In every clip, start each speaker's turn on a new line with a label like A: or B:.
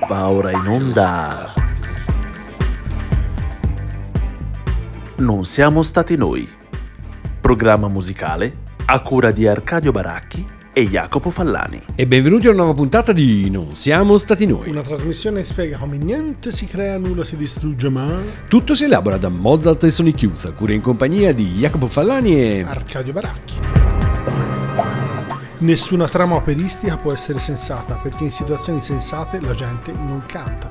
A: Va ora in onda. Non siamo stati noi. Programma musicale a cura di Arcadio Baracchi e Jacopo Fallani.
B: E benvenuti a una nuova puntata di Non siamo stati noi.
C: Una trasmissione che spiega come niente si crea, nulla si distrugge, ma
B: Tutto si elabora da Mozart e Sonic Youth, a cura in compagnia di Jacopo Fallani e
C: Arcadio Baracchi. Nessuna trama operistica può essere sensata, perché in situazioni sensate la gente non canta.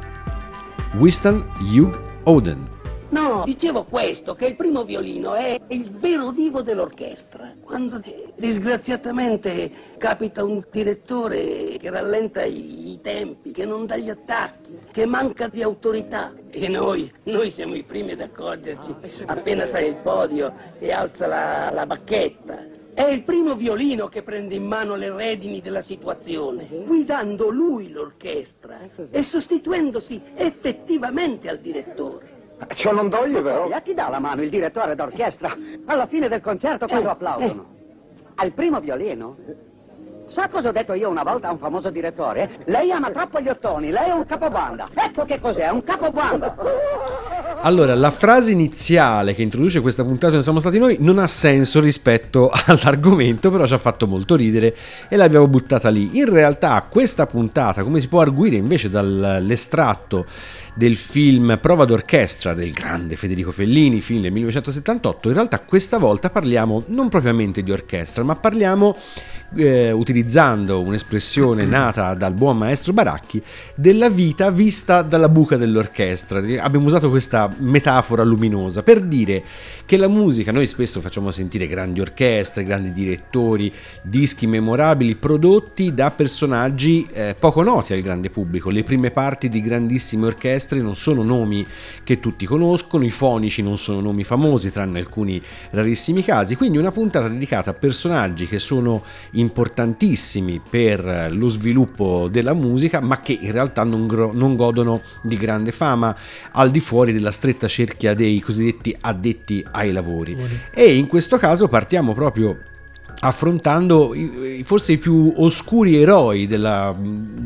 B: Winston Hugh Oden.
D: No, dicevo questo, che il primo violino è il vero divo dell'orchestra. Quando disgraziatamente capita un direttore che rallenta i tempi, che non dà gli attacchi, che manca di autorità. E noi siamo i primi ad accorgerci appena sale il podio e alza la bacchetta. È il primo violino che prende in mano le redini della situazione, guidando lui l'orchestra e sostituendosi effettivamente al direttore.
E: Ciò non toglie però.
F: A chi dà la mano il direttore d'orchestra alla fine del concerto quando applaudono? Al primo violino? Sa cosa ho detto io una volta a un famoso direttore? Lei ama troppo gli ottoni, lei è un capobanda. Ecco che cos'è, un capobanda.
B: Allora, la frase iniziale che introduce questa puntata Non siamo stati noi non ha senso rispetto all'argomento, però ci ha fatto molto ridere e l'abbiamo buttata lì. In realtà questa puntata, come si può arguire invece dall'estratto del film Prova d'orchestra del grande Federico Fellini, film del 1978, in realtà questa volta parliamo non propriamente di orchestra, ma parliamo, utilizzando un'espressione nata dal buon maestro Baracchi, della vita vista dalla buca dell'orchestra. Abbiamo usato questa metafora luminosa per dire che la musica, noi spesso facciamo sentire grandi orchestre, grandi direttori, dischi memorabili prodotti da personaggi poco noti al grande pubblico. Le prime parti di grandissime orchestre non sono nomi che tutti conoscono, i fonici non sono nomi famosi tranne alcuni rarissimi casi, quindi una puntata dedicata a personaggi che sono importantissimi per lo sviluppo della musica ma che in realtà non godono di grande fama al di fuori della stretta cerchia dei cosiddetti addetti ai lavori. E in questo caso partiamo proprio affrontando forse i più oscuri eroi della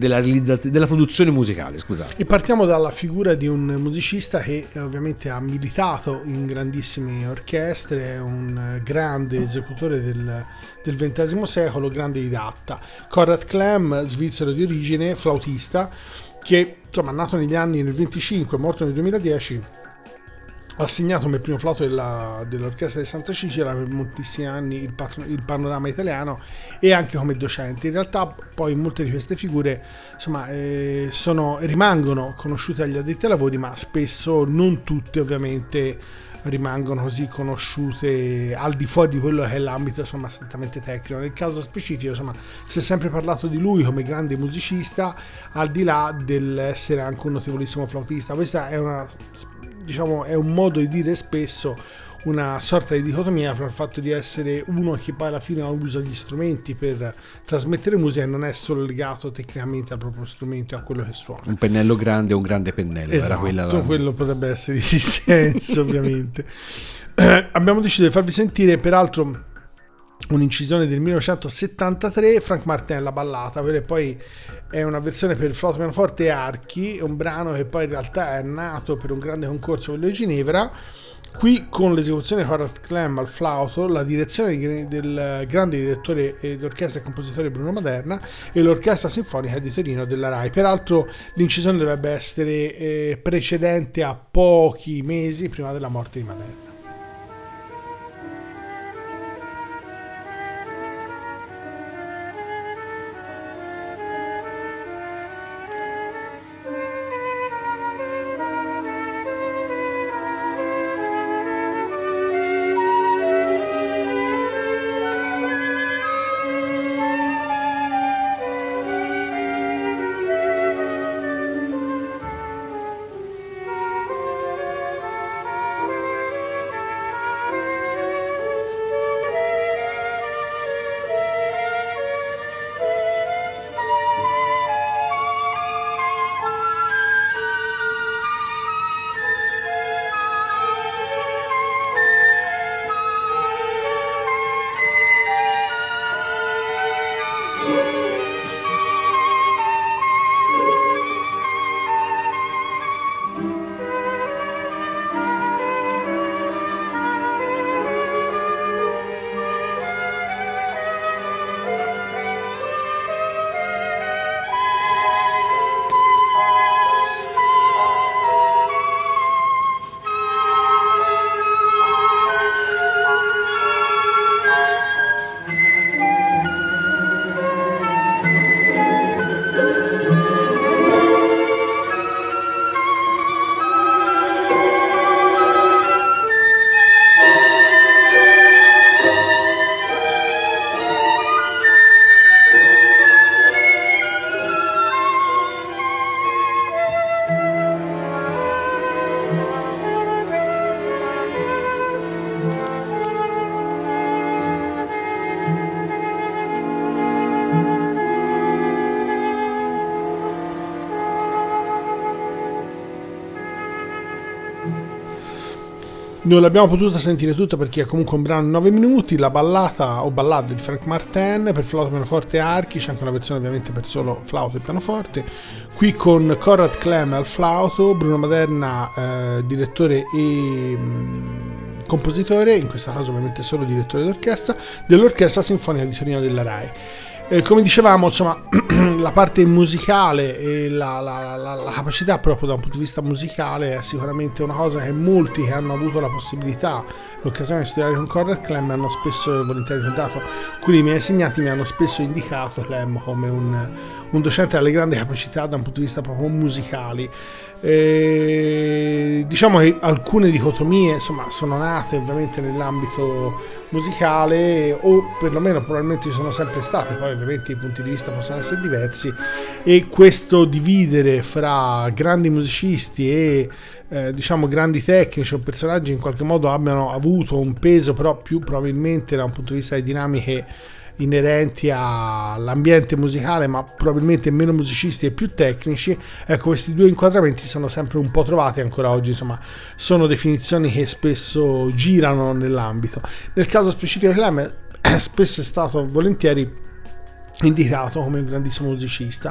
B: produzione musicale, scusate.
C: E partiamo dalla figura di un musicista che ovviamente ha militato in grandissime orchestre, è un grande esecutore del XX secolo, grande didatta. Konrad Klemm, svizzero di origine, flautista, che insomma nato negli anni nel 25, morto nel 2010, ha segnato come primo flauto dell'orchestra di Santa Cecilia per moltissimi anni il panorama italiano e anche come docente. In realtà poi molte di queste figure insomma rimangono conosciute agli addetti ai lavori, ma spesso non tutte ovviamente rimangono così conosciute al di fuori di quello che è l'ambito insomma strettamente tecnico. Nel caso specifico insomma si è sempre parlato di lui come grande musicista al di là dell'essere anche un notevolissimo flautista. Questa è è un modo di dire spesso una sorta di dicotomia fra il fatto di essere uno che poi alla fine usa gli strumenti per trasmettere musica e non è solo legato tecnicamente al proprio strumento e a quello che suona.
B: Un pennello grande o un grande pennello.
C: Esatto, quello potrebbe essere di senso ovviamente. Abbiamo deciso di farvi sentire peraltro un'incisione del 1973, Frank Martin, La ballata, quella poi è una versione per flauto, pianoforte e archi, è un brano che poi in realtà è nato per un grande concorso, quello di Ginevra. Qui con l'esecuzione di Konrad Klemm al flauto, la direzione del grande direttore d'orchestra e compositore Bruno Maderna e l'orchestra sinfonica di Torino della RAI. Peraltro l'incisione dovrebbe essere precedente a pochi mesi prima della morte di Maderna. Non l'abbiamo potuta sentire tutta perché è comunque un brano di 9 minuti, la ballata o ballad di Frank Martin per flauto, pianoforte e archi, c'è anche una versione ovviamente per solo flauto e pianoforte, qui con Conrad Clem al flauto, Bruno Maderna direttore e compositore, in questo caso ovviamente solo direttore d'orchestra, dell'Orchestra Sinfonica di Torino della RAI. Come dicevamo, insomma, la parte musicale e la capacità proprio da un punto di vista musicale è sicuramente una cosa che molti che hanno avuto la possibilità, l'occasione di studiare con Conrad Clem hanno spesso e volentieri contato. Alcuni dei miei insegnanti mi hanno spesso indicato Clem come un docente dalle grandi capacità da un punto di vista proprio musicali. Diciamo che alcune dicotomie insomma sono nate ovviamente nell'ambito musicale, o perlomeno probabilmente ci sono sempre state, poi ovviamente i punti di vista possono essere diversi, e questo dividere fra grandi musicisti e diciamo grandi tecnici o personaggi in qualche modo abbiano avuto un peso però più probabilmente da un punto di vista di dinamiche inerenti all'ambiente musicale, ma probabilmente meno musicisti e più tecnici. Ecco, questi due inquadramenti sono sempre un po' trovati ancora oggi, insomma sono definizioni che spesso girano nell'ambito. Nel caso specifico di Clem spesso è stato volentieri indicato come un grandissimo musicista,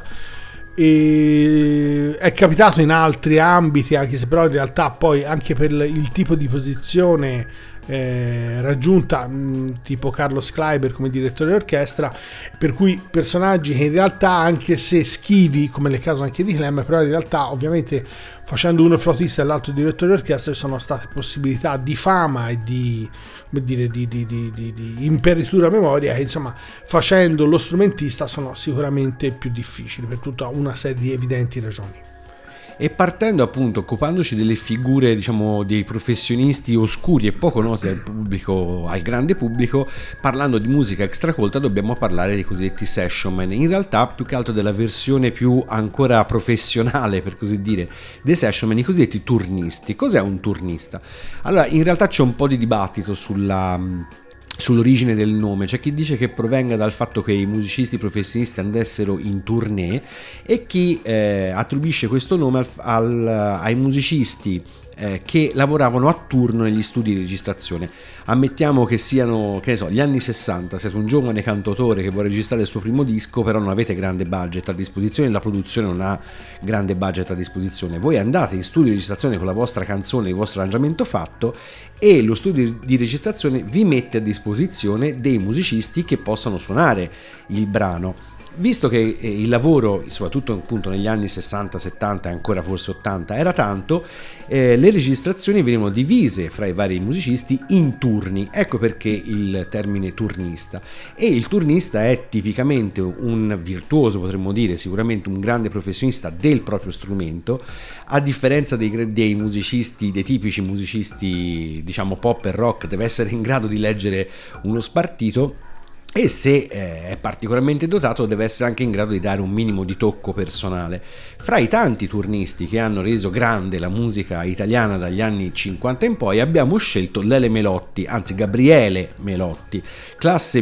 C: e è capitato in altri ambiti, anche se però in realtà poi anche per il tipo di posizione raggiunta, tipo Carlos Kleiber come direttore d'orchestra, per cui personaggi che in realtà, anche se schivi come nel caso anche di Clem, però in realtà ovviamente facendo uno il flautista e l'altro il direttore d'orchestra ci sono state possibilità di fama e di imperitura a memoria che insomma facendo lo strumentista sono sicuramente più difficili per tutta una serie di evidenti ragioni.
B: E partendo appunto, occupandoci delle figure, diciamo, dei professionisti oscuri e poco noti al pubblico, al grande pubblico, parlando di musica extracolta dobbiamo parlare dei cosiddetti session man. In realtà più che altro della versione più ancora professionale, per così dire, dei session man, i cosiddetti turnisti. Cos'è un turnista? Allora, in realtà c'è un po' di dibattito sull'origine del nome. C'è chi dice che provenga dal fatto che i musicisti professionisti andassero in tournée, e chi attribuisce questo nome ai musicisti che lavoravano a turno negli studi di registrazione. Ammettiamo che siano, che ne so, gli anni 60, siete un giovane cantautore che vuole registrare il suo primo disco, però non avete grande budget a disposizione, la produzione non ha grande budget a disposizione, voi andate in studio di registrazione con la vostra canzone, il vostro arrangiamento fatto, e lo studio di registrazione vi mette a disposizione dei musicisti che possano suonare il brano. Visto che il lavoro, soprattutto appunto negli anni 60, 70 e ancora forse 80, era tanto, le registrazioni venivano divise fra i vari musicisti in turni. Ecco perché il termine turnista. E il turnista è tipicamente un virtuoso, potremmo dire, sicuramente un grande professionista del proprio strumento, a differenza dei musicisti, dei tipici musicisti, diciamo pop e rock, deve essere in grado di leggere uno spartito. E se è particolarmente dotato deve essere anche in grado di dare un minimo di tocco personale. Fra i tanti turnisti che hanno reso grande la musica italiana dagli anni 50 in poi abbiamo scelto Lele Melotti, anzi Gabriele Melotti, classe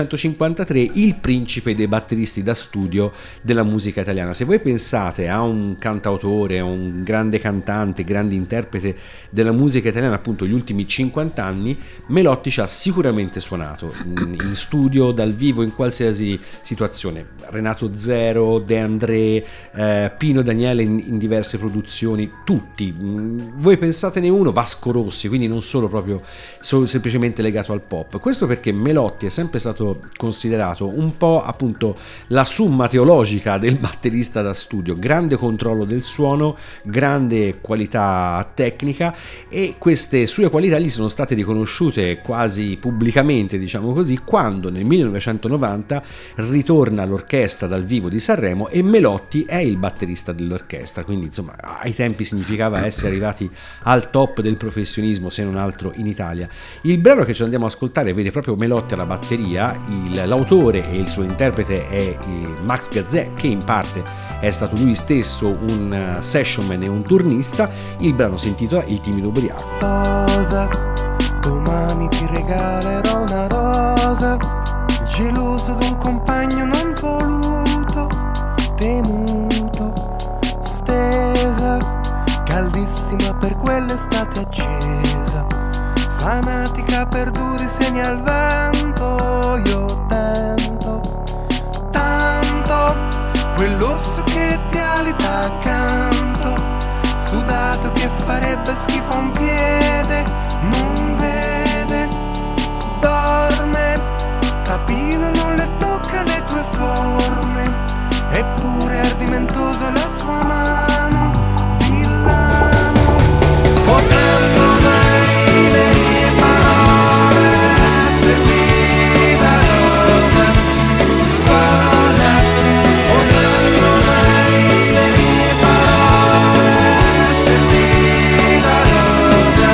B: 1953, il principe dei batteristi da studio della musica italiana. Se voi pensate a un cantautore, a un grande cantante, grande interprete della musica italiana appunto gli ultimi 50 anni, Melotti ci ha sicuramente suonato in studio, dal vivo, in qualsiasi situazione. Renato Zero, De André, Pino Daniele in diverse produzioni, tutti. Voi pensatene uno, Vasco Rossi, quindi non solo proprio semplicemente legato al pop. Questo perché Melotti è sempre stato considerato un po' appunto la summa teologica del batterista da studio, grande controllo del suono, grande qualità tecnica, e queste sue qualità gli sono state riconosciute quasi pubblicamente, diciamo così, quando nel 1990 ritorna all'orchestra dal vivo di Sanremo e Melotti è il batterista dell'orchestra, quindi insomma ai tempi significava essere arrivati al top del professionismo, se non altro in Italia. Il brano che ci andiamo a ascoltare vede proprio Melotti alla batteria, l'autore e il suo interprete è Max Gazzè, che in parte è stato lui stesso un session man e un turnista. Il brano si intitola Il timido ubriaco.
E: Sposa, domani ti regalerò una rosa, geloso d'un compagno non voluto, temuto, stesa, caldissima per quell'estate accesa, fanatica per duri segni al vento. Io tento tanto quell'orso che ti alita accanto, sudato che farebbe schifo a un piede, non vede, dorme, Capino non le tocca le tue forme, eppure è ardimentosa la sua mano, villano. Potranno mai le mie parole servirmi da rosa, sposa. Potranno mai le mie parole servirmi da rosa,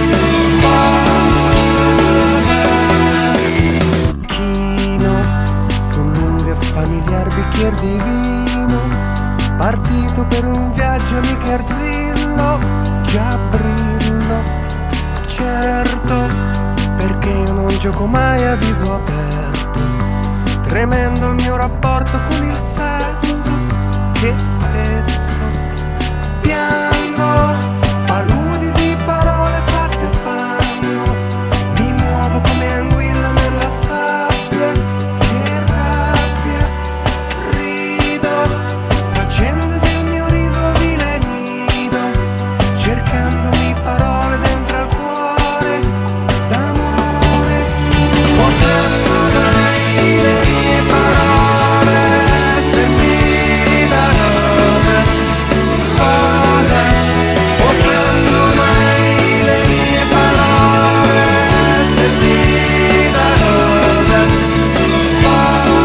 E: sposa. Chino, son lunghi e familiar bicchier di vino, partito per un viaggio mica arzillo, già brillo, certo, perché io non gioco mai a viso aperto. Tremendo il mio rapporto con il sesso, che fesso, piango, paludi di parole fatte fanno, mi muovo come anguilla nella sabbia, che rabbia, rido, facendo del mio riso vile nido, cercandomi parole dentro al cuore d'amore. Potranno mai le mie parole servirmi da rosa, sposa. Potranno mai le mie parole servirmi da rosa, sposa.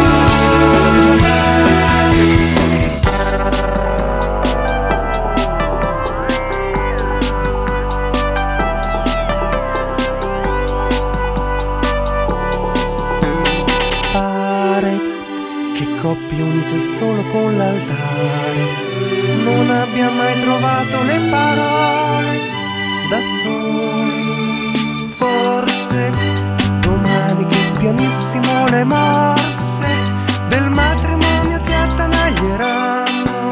E: Pare che coppie unite solo con l'altare non abbia mai trovato le parole da sole. Forse domani che pianissimo le morse del matrimonio ti attanaglieranno.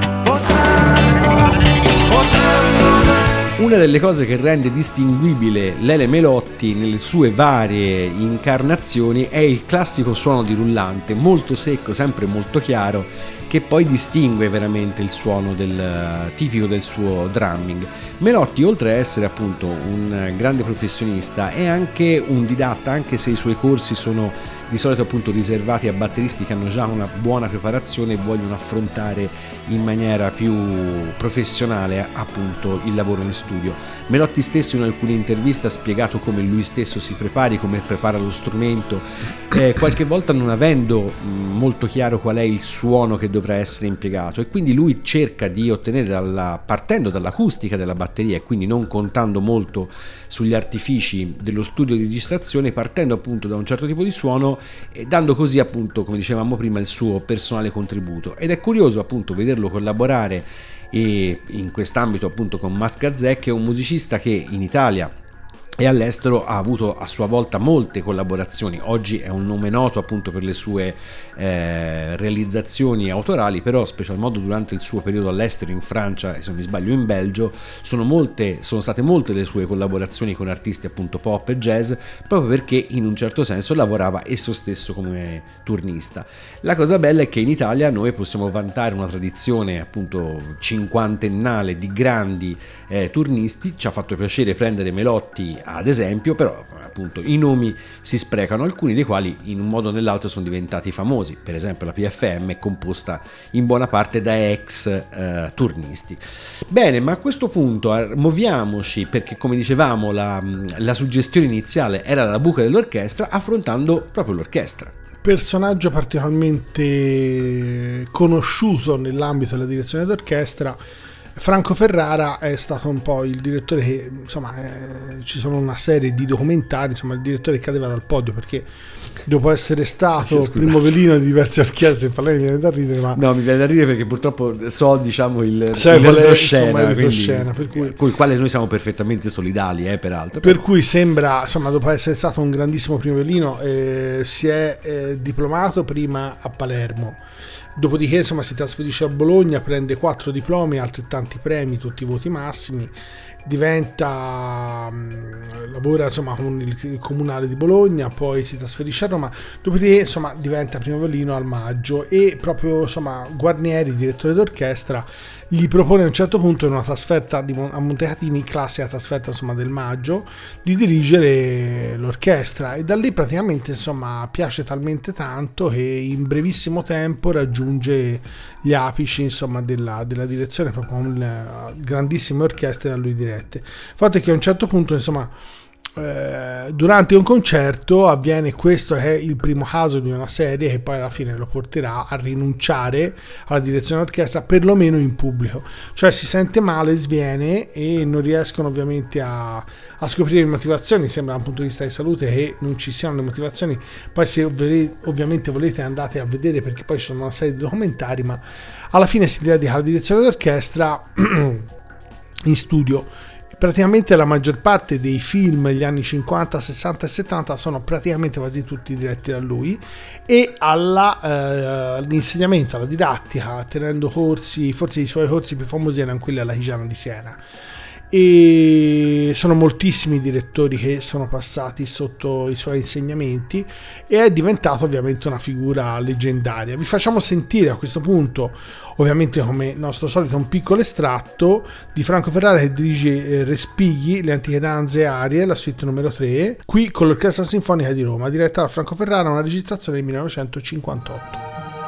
E: Potranno mai.
B: Una delle cose che rende distinguibile Lele Melotti nelle sue varie incarnazioni è il classico suono di rullante, molto secco, sempre molto chiaro, che poi distingue veramente il suono tipico del suo drumming. Melotti, oltre a essere appunto un grande professionista, è anche un didatta, anche se i suoi corsi sono di solito appunto riservati a batteristi che hanno già una buona preparazione e vogliono affrontare in maniera più professionale appunto il lavoro in studio. Melotti stesso in alcune interviste ha spiegato come lui stesso si prepari, come prepara lo strumento, qualche volta non avendo molto chiaro qual è il suono che dovrà essere impiegato, e quindi lui cerca di ottenere partendo dall'acustica della batteria e quindi non contando molto sugli artifici dello studio di registrazione, partendo appunto da un certo tipo di suono e dando così appunto, come dicevamo prima, il suo personale contributo. Ed è curioso appunto vederlo collaborare e in quest'ambito appunto con Max Gazzè, che è un musicista che in Italia e all'estero ha avuto a sua volta molte collaborazioni. Oggi è un nome noto appunto per le sue realizzazioni autorali, però special modo durante il suo periodo all'estero, in Francia e se non mi sbaglio in Belgio, sono state molte le sue collaborazioni con artisti appunto pop e jazz, proprio perché in un certo senso lavorava esso stesso come turnista. La cosa bella è che in Italia noi possiamo vantare una tradizione appunto cinquantennale di grandi turnisti. Ci ha fatto piacere prendere Melotti ad esempio, però appunto i nomi si sprecano, alcuni dei quali in un modo o nell'altro sono diventati famosi. Per esempio la PFM è composta in buona parte da ex turnisti. Bene, ma a questo punto muoviamoci, perché come dicevamo la suggestione iniziale era la buca dell'orchestra, affrontando proprio l'orchestra.
C: Personaggio particolarmente conosciuto nell'ambito della direzione d'orchestra, Franco Ferrara è stato un po' il direttore che, insomma, ci sono una serie di documentari, insomma, il direttore che cadeva dal podio perché dopo essere stato primo violino di diverse orchestre, mi viene da ridere, ma
B: no, mi viene da ridere perché purtroppo so, diciamo, il retroscena,
C: per cui,
B: con il quale noi siamo perfettamente solidali, peraltro.
C: Per cui sembra, insomma, dopo essere stato un grandissimo primo violino, si è diplomato prima a Palermo, Dopodiché insomma si trasferisce a Bologna, prende 4 diplomi, altrettanti premi, tutti voti massimi, lavora insomma con il comunale di Bologna, poi si trasferisce a Roma, dopodiché insomma diventa primo violino al Maggio, e proprio insomma Guarnieri, direttore d'orchestra, gli propone a un certo punto, in una trasferta a Montecatini, classica trasferta insomma del Maggio, di dirigere l'orchestra, e da lì praticamente insomma piace talmente tanto che in brevissimo tempo raggiunge gli apici insomma della direzione, proprio con grandissime orchestre da lui dirette. Il fatto è che a un certo punto insomma durante un concerto avviene questo, che è il primo caso di una serie che poi alla fine lo porterà a rinunciare alla direzione d'orchestra, perlomeno in pubblico, cioè si sente male, sviene, e non riescono ovviamente a scoprire le motivazioni. Sembra da un punto di vista di salute che non ci siano le motivazioni, poi se ovviamente volete andate a vedere, perché poi ci sono una serie di documentari, ma alla fine si dedica alla direzione d'orchestra in studio. Praticamente la maggior parte dei film degli anni 50, 60 e 70 sono praticamente quasi tutti diretti da lui, e all'insegnamento, alla didattica, tenendo corsi. Forse i suoi corsi più famosi erano quelli alla Chigiana di Siena, e sono moltissimi direttori che sono passati sotto i suoi insegnamenti, e è diventato ovviamente una figura leggendaria. Vi facciamo sentire a questo punto, ovviamente come nostro solito, un piccolo estratto di Franco Ferrara che dirige Respighi, le antiche danze e arie, la suite numero 3, qui con l'Orchestra Sinfonica di Roma, diretta da Franco Ferrara, una registrazione del 1958.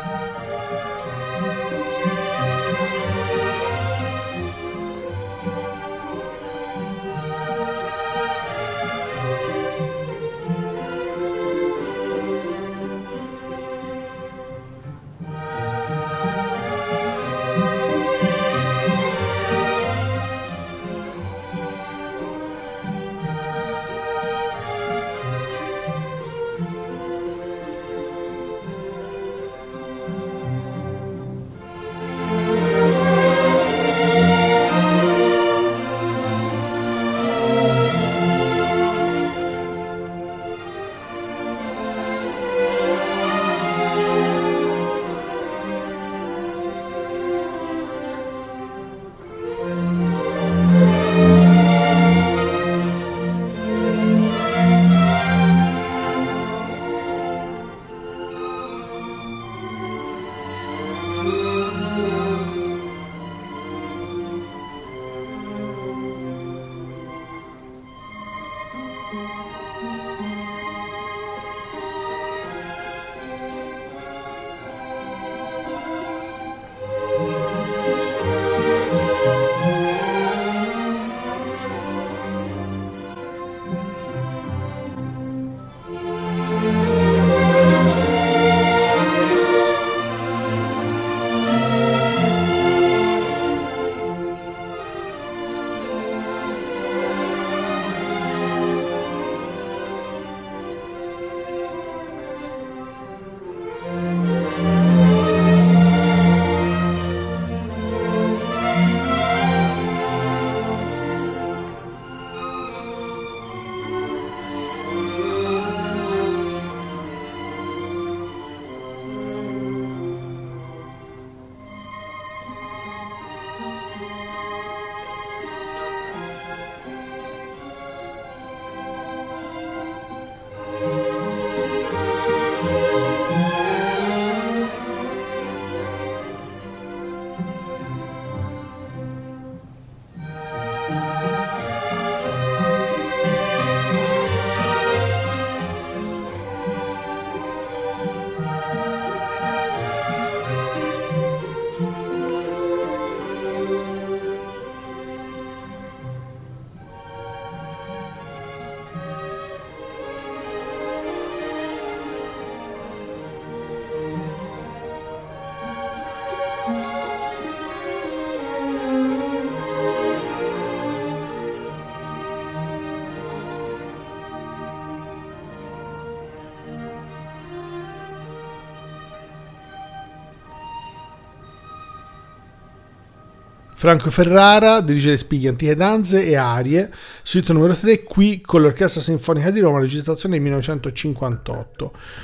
C: Franco Ferrara dirige Respighi, antiche danze e arie, suite numero 3, qui con l'Orchestra Sinfonica di Roma, registrazione del 1958.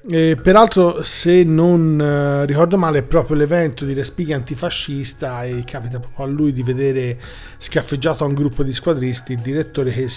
C: Peraltro, se non ricordo male, è proprio l'evento di Respighi antifascista e capita proprio a lui di vedere schiaffeggiato a un gruppo di squadristi il direttore che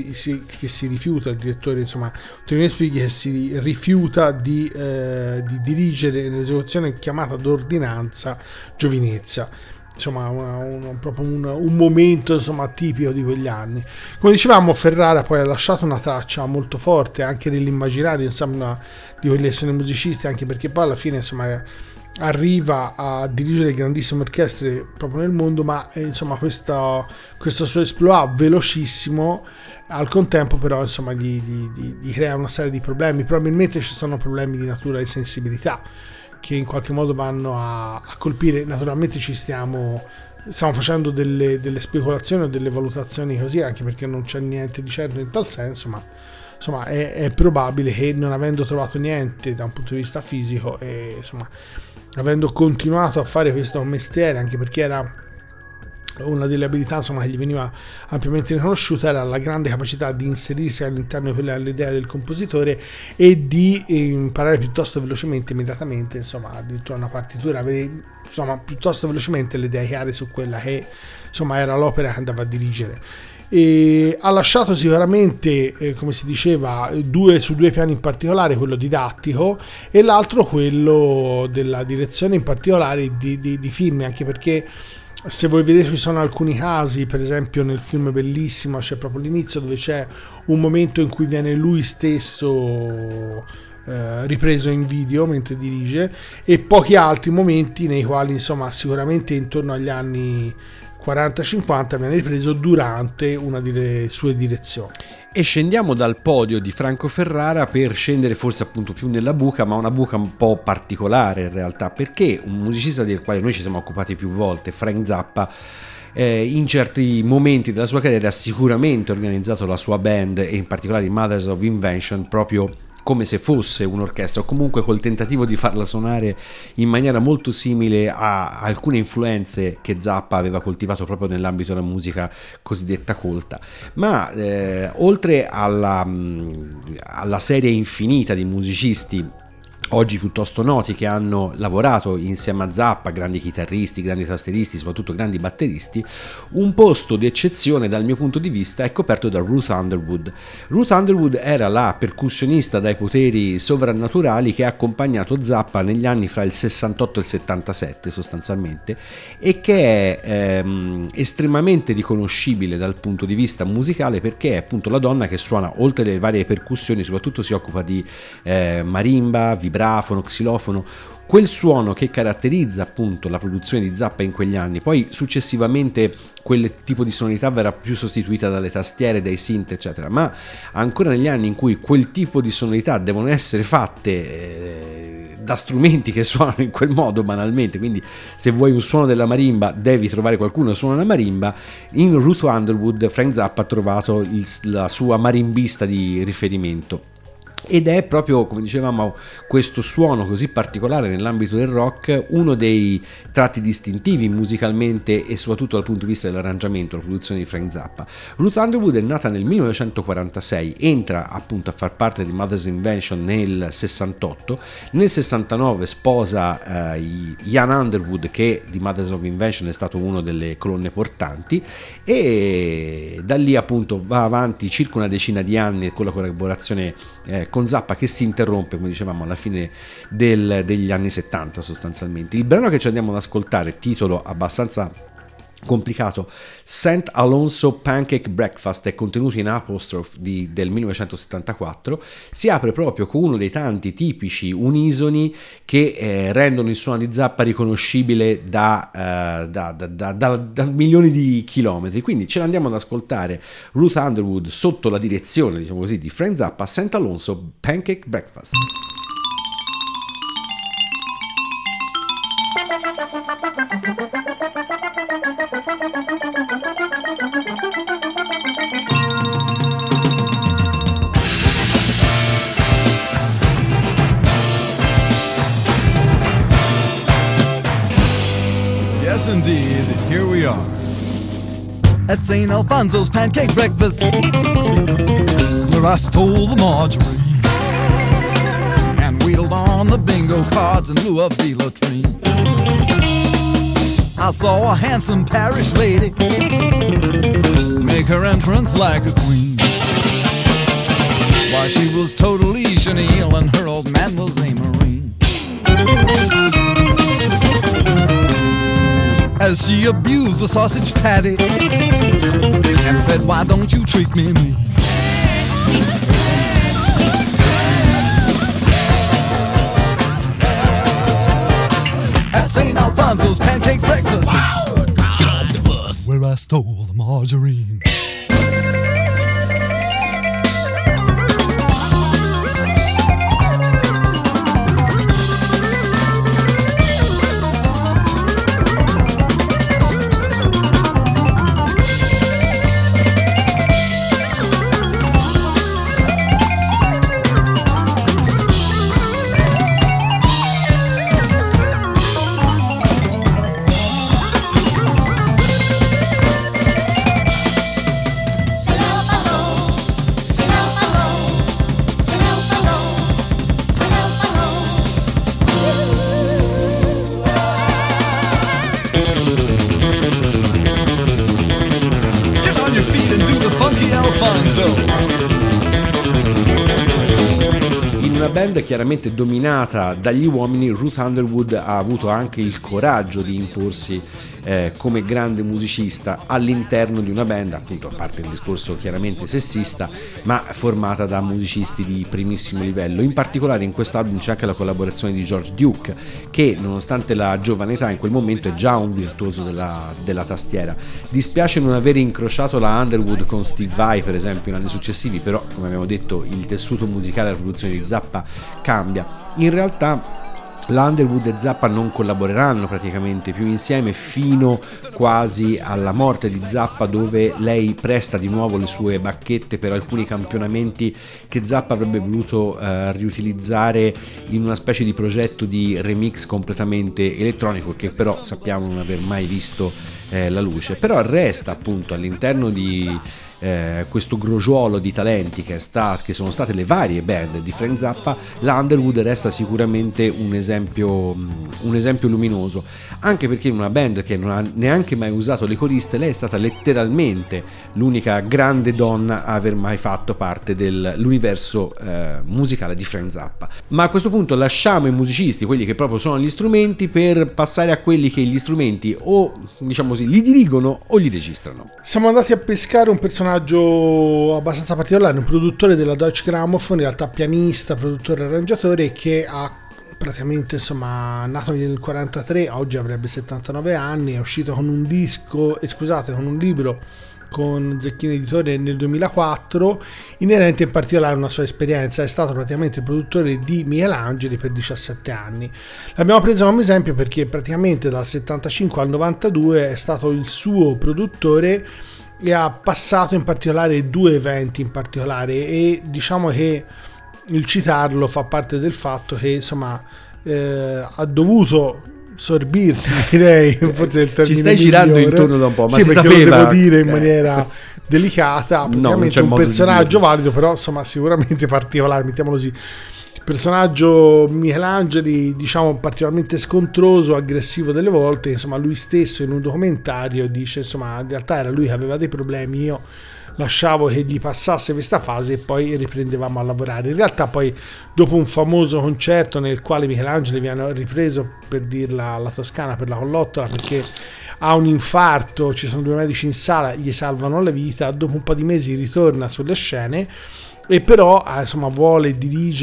C: si rifiuta, il direttore insomma Antonio Respighi, che si rifiuta di dirigere l'esecuzione chiamata d'ordinanza Giovinezza. Insomma, proprio un momento insomma tipico di quegli anni. Come dicevamo, Ferrara poi ha lasciato una traccia molto forte anche nell'immaginario insomma di quelli che sono i musicisti, anche perché poi alla fine insomma arriva a dirigere grandissime orchestre proprio nel mondo, ma insomma questo suo esploit velocissimo al contempo però insomma gli crea una serie di problemi. Probabilmente ci sono problemi di natura e sensibilità che in qualche modo vanno a colpire. Naturalmente stiamo facendo delle speculazioni o delle valutazioni così, anche perché non c'è niente di certo in tal senso, ma insomma è probabile che, non avendo trovato niente da un punto di vista fisico e insomma avendo continuato a fare questo mestiere, anche perché era una delle abilità insomma che gli veniva ampiamente riconosciuta, era la grande capacità di inserirsi all'interno di quella l'idea del compositore e di imparare piuttosto velocemente, immediatamente, insomma addirittura una partitura, avere insomma piuttosto velocemente le idee chiare su quella che insomma era l'opera che andava a dirigere. E ha lasciato sicuramente, come si diceva, su due piani in particolare, quello didattico e l'altro quello della direzione, in particolare di film, anche perché se voi vedete ci sono alcuni casi, per esempio nel film bellissimo c'è proprio l'inizio dove c'è un momento in cui viene lui stesso ripreso in video mentre dirige, e pochi altri momenti nei quali insomma sicuramente intorno agli anni 40-50 viene ripreso durante una delle sue direzioni.
B: E scendiamo dal podio di Franco Ferrara per scendere forse appunto più nella buca, ma una buca un po' particolare in realtà, perché un musicista del quale noi ci siamo occupati più volte, Frank Zappa, in certi momenti della sua carriera ha sicuramente organizzato la sua band, e in particolare i Mothers of Invention, proprio come se fosse un'orchestra, o comunque col tentativo di farla suonare in maniera molto simile a alcune influenze che Zappa aveva coltivato proprio nell'ambito della musica cosiddetta colta. Ma oltre alla serie infinita di musicisti oggi piuttosto noti che hanno lavorato insieme a Zappa, grandi chitarristi, grandi tastierristi, soprattutto grandi batteristi, un posto di eccezione dal mio punto di vista è coperto da Ruth Underwood. Ruth Underwood era la percussionista dai poteri sovrannaturali che ha accompagnato Zappa negli anni fra il 68 e il 77 sostanzialmente, e che è estremamente riconoscibile dal punto di vista musicale, perché è appunto la donna che suona, oltre le varie percussioni, soprattutto si occupa di marimba, vibrafono, xilofono, quel suono che caratterizza appunto la produzione di Zappa in quegli anni. Poi successivamente quel tipo di sonorità verrà più sostituita dalle tastiere, dai synth eccetera, ma ancora negli anni in cui quel tipo di sonorità devono essere fatte da strumenti che suonano in quel modo banalmente, quindi se vuoi un suono della marimba devi trovare qualcuno che suona la marimba, in Ruth Underwood Frank Zappa ha trovato la sua marimbista di riferimento. Ed è proprio, come dicevamo, questo suono così particolare nell'ambito del rock uno dei tratti distintivi musicalmente e soprattutto dal punto di vista dell'arrangiamento, la produzione di Frank Zappa. Ruth Underwood è nata nel 1946, entra appunto a far parte di Mother's Invention nel 68, nel 69 sposa Ian Underwood, che di Mothers of Invention è stato una delle colonne portanti, e da lì appunto va avanti circa una decina di anni con la collaborazione con Zappa, che si interrompe, come dicevamo, alla fine degli anni 70 sostanzialmente. Il brano che ci andiamo ad ascoltare, titolo abbastanza complicato, St. Alonso Pancake Breakfast, è contenuto in Apostrophe del 1974, si apre proprio con uno dei tanti tipici unisoni che rendono il suono di Zappa riconoscibile da milioni di chilometri. Quindi ce l'andiamo ad ascoltare, Ruth Underwood sotto la direzione, diciamo così, di Frank Zappa, St. Alonso Pancake Breakfast.
G: Yes, indeed, here we are at St. Alfonso's Pancake Breakfast, where I stole the margarine and wheedled on the bingo cards in lieu of Velotrine. I saw a handsome parish lady make her entrance like a queen. Why, she was totally chenille and her old man was a Marine. As she abused the sausage patty and said, why don't you treat me mean? At St. Alfonso's pancake breakfast, get off the bus, where I stole the margarine.
B: Chiaramente dominata dagli uomini, Ruth Underwood ha avuto anche il coraggio di imporsi come grande musicista all'interno di una band, appunto, a parte il discorso chiaramente sessista, ma formata da musicisti di primissimo livello. In particolare in questo album c'è anche la collaborazione di George Duke, che nonostante la giovane età in quel momento è già un virtuoso della tastiera. Dispiace non aver incrociato la Underwood con Steve Vai, per esempio, in anni successivi, però come abbiamo detto il tessuto musicale della produzione di Zappa cambia. In realtà la Underwood e Zappa non collaboreranno praticamente più insieme fino quasi alla morte di Zappa, dove lei presta di nuovo le sue bacchette per alcuni campionamenti che Zappa avrebbe voluto riutilizzare in una specie di progetto di remix completamente elettronico, che però sappiamo non aver mai visto la luce. Però resta appunto all'interno di questo crogiuolo di talenti che sono state le varie band di Frank Zappa, la Underwood resta sicuramente un esempio luminoso, anche perché in una band che non ha neanche mai usato le coriste, lei è stata letteralmente l'unica grande donna a aver mai fatto parte dell'universo musicale di Frank Zappa. Ma a questo punto lasciamo i musicisti, quelli che proprio sono gli strumenti, per passare a quelli che gli strumenti o diciamo così li dirigono o li registrano.
C: Siamo andati a pescare un personaggio abbastanza particolare, un produttore della Deutsche Grammophon, in realtà pianista, produttore e arrangiatore, che ha praticamente, insomma, nato nel 1943, oggi avrebbe 79 anni, è uscito con un con un libro con Zecchino Editore nel 2004, inerente in particolare a una sua esperienza. È stato praticamente il produttore di Michelangelo per 17 anni. L'abbiamo preso come esempio perché praticamente dal 75 al 92 è stato il suo produttore e ha passato in particolare 2 eventi in particolare, e diciamo che il citarlo fa parte del fatto che insomma ha dovuto sorbirsi, direi, forse il termine
B: ci stai
C: migliore.
B: Girando intorno da un po', ma
C: sì,
B: si
C: perché
B: sapeva,
C: lo devo dire in maniera delicata, praticamente un personaggio valido, però insomma sicuramente particolare, mettiamolo così. Personaggio Michelangelo, diciamo, particolarmente scontroso, aggressivo delle volte. Insomma, lui stesso in un documentario dice, insomma, in realtà era lui che aveva dei problemi, io lasciavo che gli passasse questa fase e poi riprendevamo a lavorare. In realtà poi dopo un famoso concerto nel quale Michelangelo viene ripreso, per dirla alla toscana, per la collottola, perché ha un infarto, ci sono 2 medici in sala, gli salvano la vita, dopo un po' di mesi ritorna sulle scene e però insomma vuole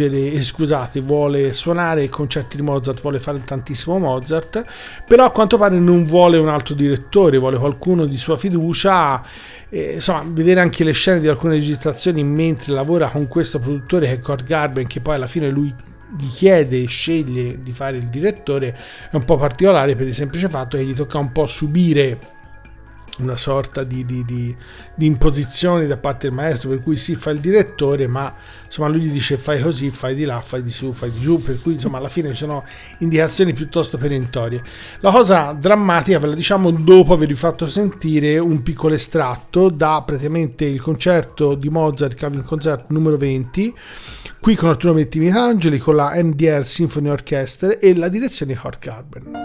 C: suonare concerti di Mozart, vuole fare tantissimo Mozart, però a quanto pare non vuole un altro direttore, vuole qualcuno di sua fiducia. Insomma, vedere anche le scene di alcune registrazioni mentre lavora con questo produttore che è Kurt Garben, che poi alla fine lui gli chiede e sceglie di fare il direttore, è un po' particolare per il semplice fatto che gli tocca un po' subire una sorta di imposizione da parte del maestro, per cui si fa il direttore, ma insomma lui gli dice fai così, fai di là, fai di su, fai di giù, per cui insomma alla fine ci sono indicazioni piuttosto perentorie. La cosa drammatica ve la diciamo dopo avervi fatto sentire un piccolo estratto da praticamente il concerto di Mozart, Caving Concert numero 20, qui con naturalmente Michelangeli, con la NDR Symphony Orchestra e la direzione di Kurt Garben.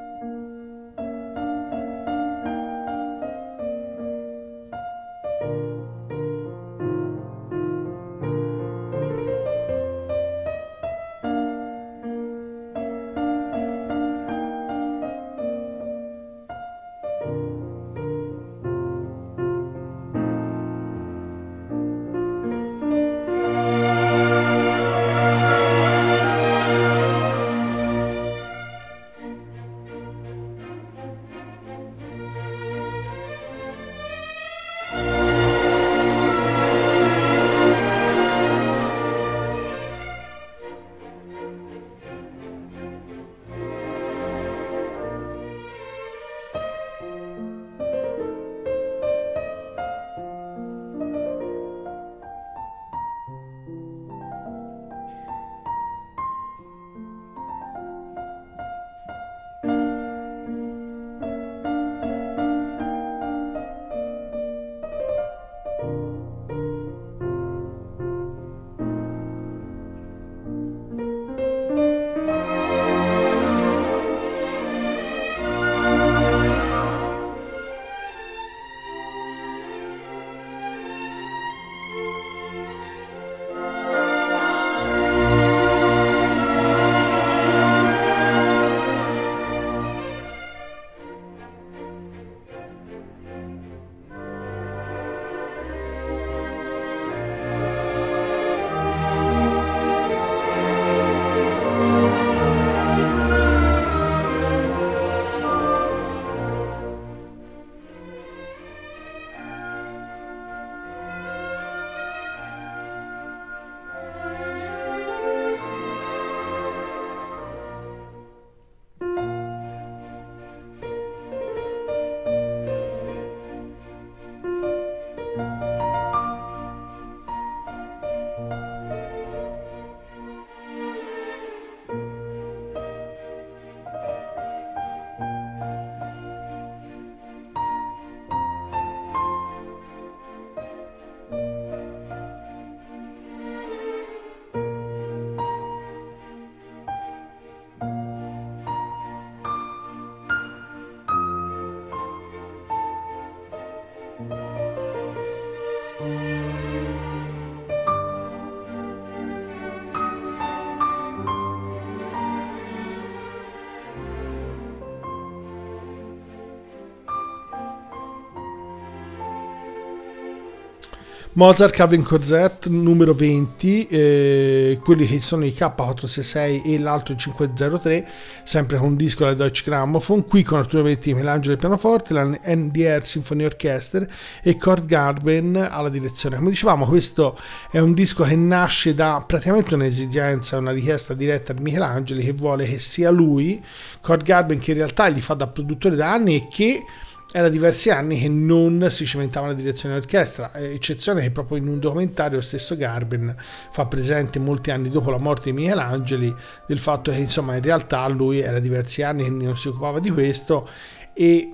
C: Mozart Caving Concert numero 20, quelli che sono i K466 e l'altro 503, sempre con un disco della Deutsche Grammophon, qui con naturalmente Michelangelo al pianoforte, la NDR Symphony Orchestra e Kurt Garben alla direzione. Come dicevamo, questo è un disco che nasce da praticamente un'esigenza, una richiesta diretta di Michelangelo, che vuole che sia lui, Kurt Garben, che in realtà gli fa da produttore da anni e che era diversi anni che non si cimentava nella direzione dell'orchestra, eccezione che proprio in un documentario lo stesso Garben fa presente molti anni dopo la morte di Michelangeli del fatto che insomma in realtà lui era diversi anni che non si occupava di questo e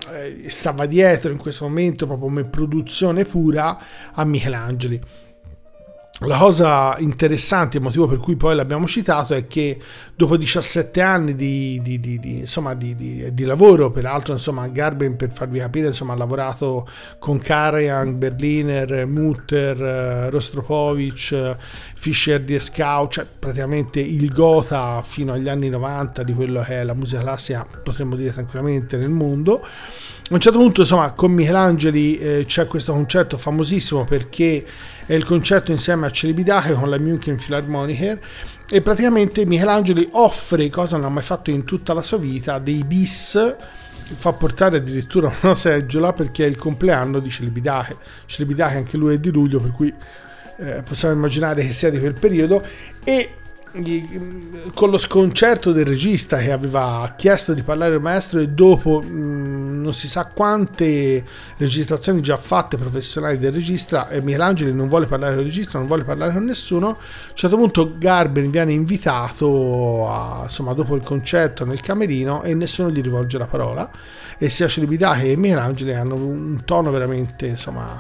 C: stava dietro in questo momento proprio come produzione pura a Michelangeli. La cosa interessante, il motivo per cui poi l'abbiamo citato, è che dopo 17 anni di lavoro, peraltro insomma Garben, per farvi capire, insomma ha lavorato con Karajan, Berliner, Mutter, Rostropovich, Fischer Dieskau, cioè praticamente il Gotha fino agli anni 90 di quello che è la musica classica, potremmo dire tranquillamente, nel mondo. A un certo punto insomma con Michelangeli c'è questo concerto famosissimo perché è il concerto insieme a Celibidache con la München Philharmoniker, e praticamente Michelangeli offre, cosa non ha mai fatto in tutta la sua vita, dei bis, fa portare addirittura una seggiola perché è il compleanno di Celibidache. Celibidache anche lui è di luglio, per cui possiamo immaginare che sia di quel periodo, e con lo sconcerto del regista che aveva chiesto di parlare al maestro, e dopo non si sa quante registrazioni già fatte professionali del regista, e Michelangelo non vuole parlare con il regista, non vuole parlare con nessuno. A un certo punto Garben viene invitato dopo il concerto nel camerino, e nessuno gli rivolge la parola, e sia Celibidache che Michelangelo hanno un tono veramente,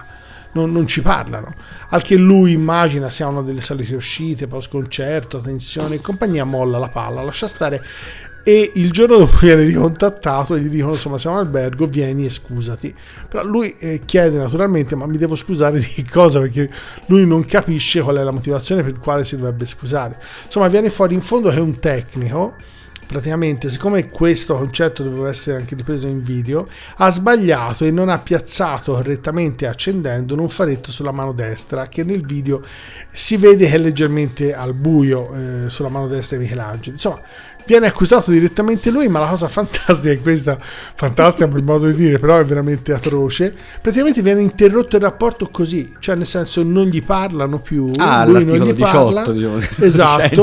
C: non ci parlano, al che lui immagina sia una delle solite uscite post concerto, tensione e compagnia, molla la palla, lascia stare, e il giorno dopo viene ricontattato e gli dicono siamo all'albergo, vieni e scusati. Però lui chiede naturalmente, ma mi devo scusare di che cosa, perché lui non capisce qual è la motivazione per la quale si dovrebbe scusare. Viene fuori in fondo che è un tecnico, praticamente, siccome questo concetto doveva essere anche ripreso in video, ha sbagliato e non ha piazzato correttamente accendendo un faretto sulla mano destra, che nel video si vede che è leggermente al buio sulla mano destra di Michelangelo. Viene accusato direttamente lui, ma la cosa fantastica è questa, fantastica per il modo di dire, però è veramente atroce. Praticamente viene interrotto il rapporto così, nel senso non gli parlano più, lui non gli 18, parla, esatto,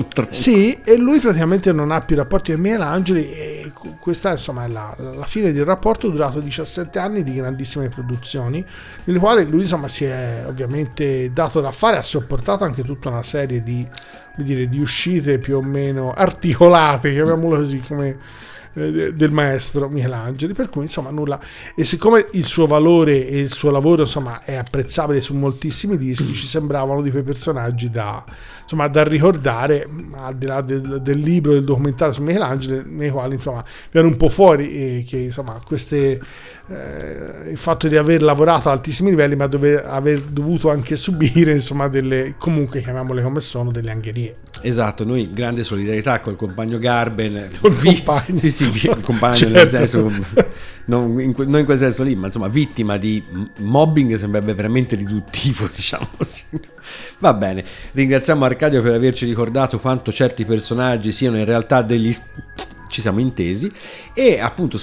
C: sì, e lui praticamente non ha più rapporti con Michelangelo, e questa è la fine del rapporto durato 17 anni di grandissime produzioni, nelle quali lui si è ovviamente dato da fare, ha sopportato anche tutta una serie di uscite più o meno articolate, chiamiamolo così, come del maestro Michelangelo, per cui nulla. E siccome il suo valore e il suo lavoro è apprezzabile su moltissimi dischi, ci sembravano di quei personaggi da ricordare, al di là del libro, del documentario su Michelangelo, nei quali viene un po' fuori che queste il fatto di aver lavorato a altissimi livelli, ma aver dovuto anche subire delle, comunque chiamiamole come sono, delle angherie.
B: Esatto, noi grande solidarietà col compagno Garben, il compagno
C: certo.
B: Nel senso, non in quel senso lì, ma vittima di mobbing sembrerebbe veramente riduttivo, diciamo così. Va bene, ringraziamo Arcadio per averci ricordato quanto certi personaggi siano in realtà degli... ci siamo intesi, e appunto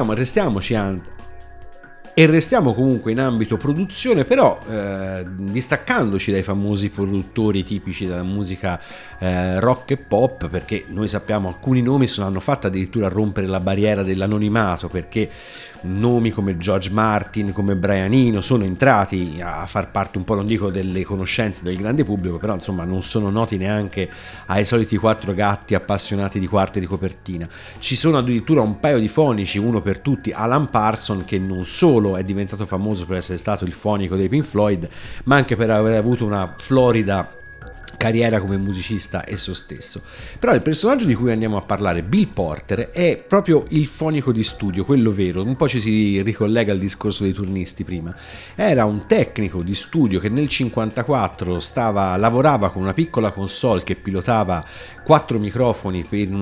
B: restiamo comunque in ambito produzione, però distaccandoci dai famosi produttori tipici della musica rock e pop, perché noi sappiamo alcuni nomi hanno fatto addirittura rompere la barriera dell'anonimato, perché nomi come George Martin, come Brian Eno sono entrati a far parte un po', non dico delle conoscenze del grande pubblico, però non sono noti neanche ai soliti quattro gatti appassionati di quarti di copertina. Ci sono addirittura un paio di fonici, uno per tutti, Alan Parsons, che non solo è diventato famoso per essere stato il fonico dei Pink Floyd, ma anche per aver avuto una florida carriera come musicista esso stesso. Però il personaggio di cui andiamo a parlare, Bill Porter, è proprio il fonico di studio, quello vero. Un po' ci si ricollega al discorso dei turnisti prima. Era un tecnico di studio che nel 1954 lavorava con una piccola console che pilotava 4 microfoni in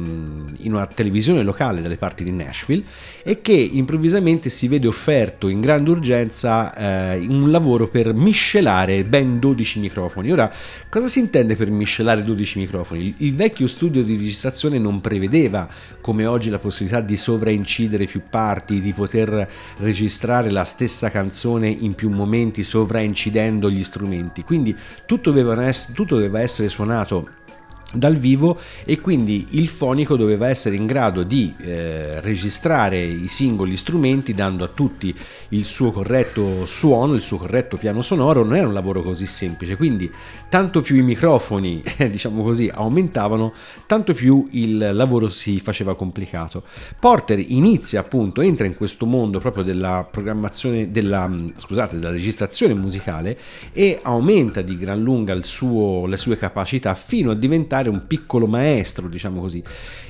B: una televisione locale dalle parti di Nashville, e che improvvisamente si vede offerto in grande urgenza un lavoro per miscelare ben 12 microfoni. Ora, cosa si intende per miscelare 12 microfoni? Il vecchio studio di registrazione non prevedeva, come oggi, la possibilità di sovraincidere più parti, di poter registrare la stessa canzone in più momenti sovraincidendo gli strumenti, quindi tutto doveva essere suonato dal vivo, e quindi il fonico doveva essere in grado di registrare i singoli strumenti, dando a tutti il suo corretto suono, il suo corretto piano sonoro. Non era un lavoro così semplice, quindi tanto più i microfoni diciamo così aumentavano, tanto più il lavoro si faceva complicato. Porter entra in questo mondo proprio della programmazione, della registrazione musicale, e aumenta di gran lunga le sue capacità fino a diventare un piccolo maestro, diciamo così.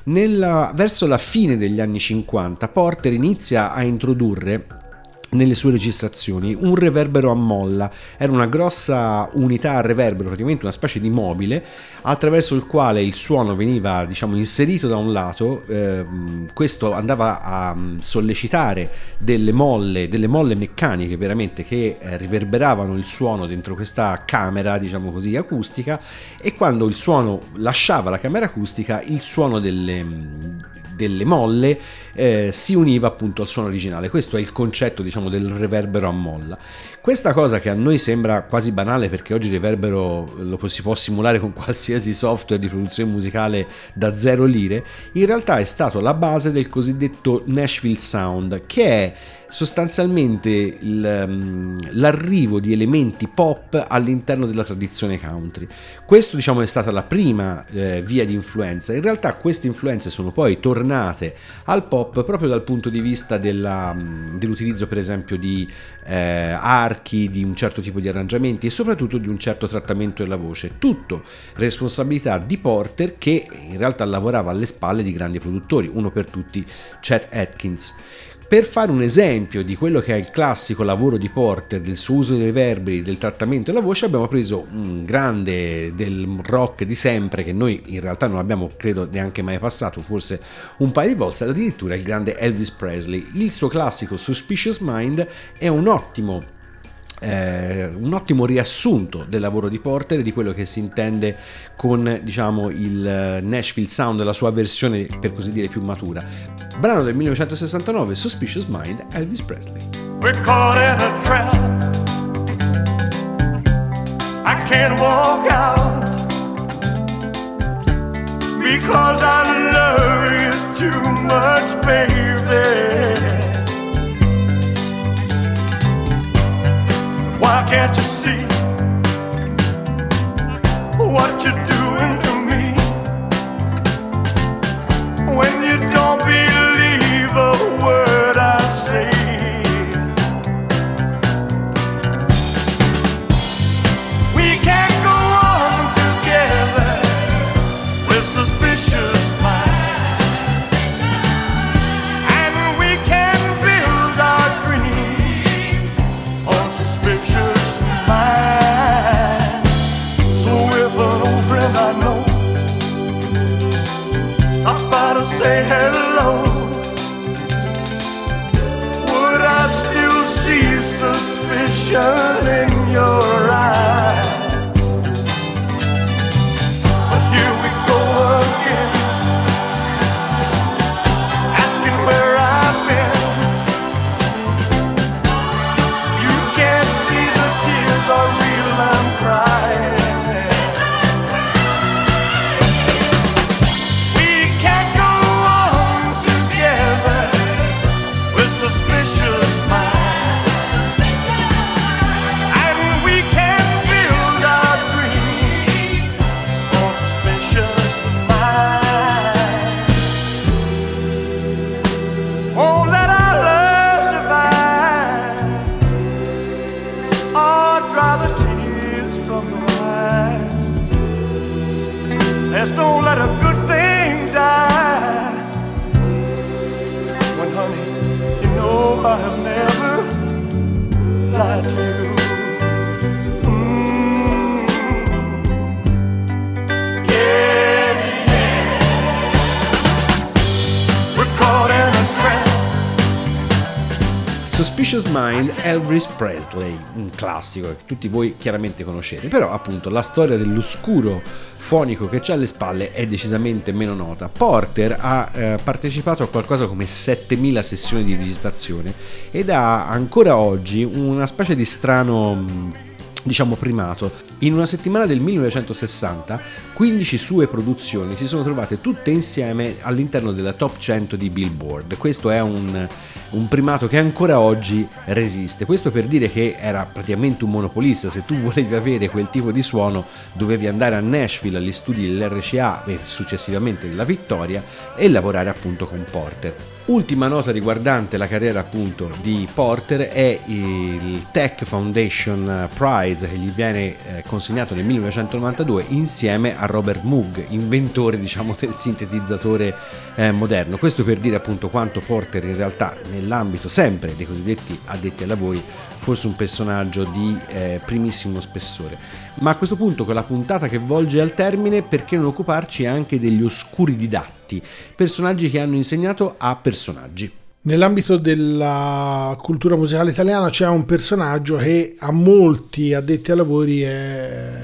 B: Verso la fine degli anni 50 Porter inizia a introdurre nelle sue registrazioni un reverbero a molla. Era una grossa unità a reverbero, praticamente una specie di mobile attraverso il quale il suono veniva, diciamo, inserito da un lato. Questo andava a sollecitare delle molle meccaniche veramente, che riverberavano il suono dentro questa camera, diciamo così, acustica, e quando il suono lasciava la camera acustica, il suono delle molle si univa appunto al suono originale. Questo è il concetto, diciamo, diciamo del reverbero a molla. Questa cosa che a noi sembra quasi banale, perché oggi il reverbero si può simulare con qualsiasi software di produzione musicale da 0 lire, in realtà è stato la base del cosiddetto Nashville Sound, che è sostanzialmente l'arrivo di elementi pop all'interno della tradizione country. Questo, diciamo, è stata la prima via di influenza. In realtà queste influenze sono poi tornate al pop proprio dal punto di vista dell'utilizzo, per esempio, di archi, di un certo tipo di arrangiamenti e soprattutto di un certo trattamento della voce. Tutto responsabilità di Porter, che in realtà lavorava alle spalle di grandi produttori, uno per tutti Chet Atkins. Per fare un esempio di quello che è il classico lavoro di Porter, del suo uso dei reverberi, del trattamento della voce, abbiamo preso un grande del rock di sempre che noi in realtà non abbiamo, credo, neanche mai passato, forse un paio di volte, addirittura il grande Elvis Presley. Il suo classico Suspicious Mind è un ottimo riassunto del lavoro di Porter e di quello che si intende con, diciamo, il Nashville Sound, la sua versione per così dire più matura. Brano del 1969, Suspicious Mind, Elvis Presley.
H: We're caught in a trap. I can't walk out because I love you too much, baby. Why can't you see what you're doing to me? When you don't believe a word I say, we can't go on together with suspicious minds, and we can build our dreams on suspicious minds. So if an old friend I know stops by to say hello, would I still see suspicion in your eyes? But here we go again, asking where I've been. You can't see the tears are real, I'm crying. Suspicious minds, and we can build our dreams on suspicious minds. Won't let our love survive, or dry the tears from your eyes. Let's don't let a good thing die. When, honey, I have never lied to you. Yeah, yeah. We're caught in a trap.
B: Suspicious Mind, Elvis Presley, un classico che tutti voi chiaramente conoscete, però appunto la storia dell'oscuro fonico che c'ha alle spalle è decisamente meno nota. Porter ha partecipato a qualcosa come 7000 sessioni di registrazione ed ha ancora oggi una specie di strano, diciamo, primato. In una settimana del 1960 15 sue produzioni si sono trovate tutte insieme all'interno della top 100 di Billboard. Questo è un primato che ancora oggi resiste. Questo per dire che era praticamente un monopolista. Se tu volevi avere quel tipo di suono dovevi andare a Nashville agli studi dell'RCA e successivamente della Victoria e lavorare appunto con Porter. Ultima nota riguardante la carriera appunto di Porter è il Tech Foundation Prize che gli viene consegnato nel 1992 insieme a Robert Moog, inventore, diciamo, del sintetizzatore moderno. Questo per dire appunto quanto Porter in realtà nell'ambito sempre dei cosiddetti addetti ai lavori fosse un personaggio di primissimo spessore. Ma a questo punto, con la puntata che volge al termine, perché non occuparci anche degli oscuri didatti, personaggi che hanno insegnato a personaggi.
C: Nell'ambito della cultura musicale italiana c'è un personaggio che a molti addetti ai lavori è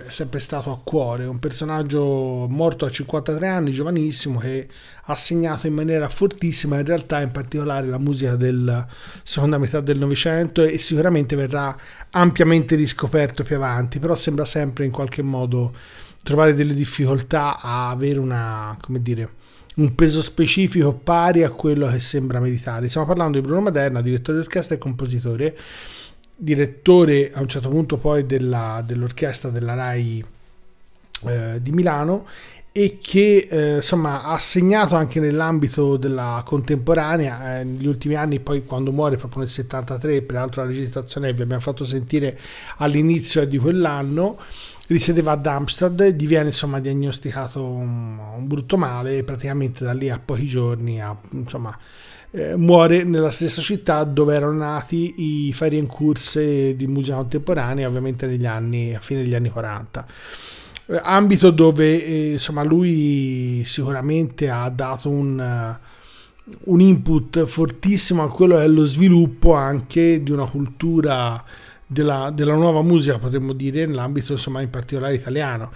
C: sempre stato a cuore, un personaggio morto a 53 anni, giovanissimo, che ha segnato in maniera fortissima in realtà in particolare la musica della seconda metà del Novecento, e sicuramente verrà ampiamente riscoperto più avanti, però sembra sempre in qualche modo trovare delle difficoltà a avere un peso specifico pari a quello che sembra meritare. Stiamo parlando di Bruno Maderna, direttore di orchestra e compositore, direttore a un certo punto poi dell'orchestra della Rai di Milano, e che insomma ha segnato anche nell'ambito della contemporanea negli ultimi anni. Poi quando muore proprio nel 73, peraltro la registrazione vi abbiamo fatto sentire all'inizio di quell'anno, risiedeva a Darmstadt, gli viene insomma diagnosticato un brutto male, e praticamente da lì a pochi giorni muore nella stessa città dove erano nati i Ferienkurse di musica contemporanea, ovviamente a fine degli anni 40. Ambito dove lui sicuramente ha dato un input fortissimo a quello che è lo sviluppo anche di una cultura della nuova musica, potremmo dire, nell'ambito in particolare italiano.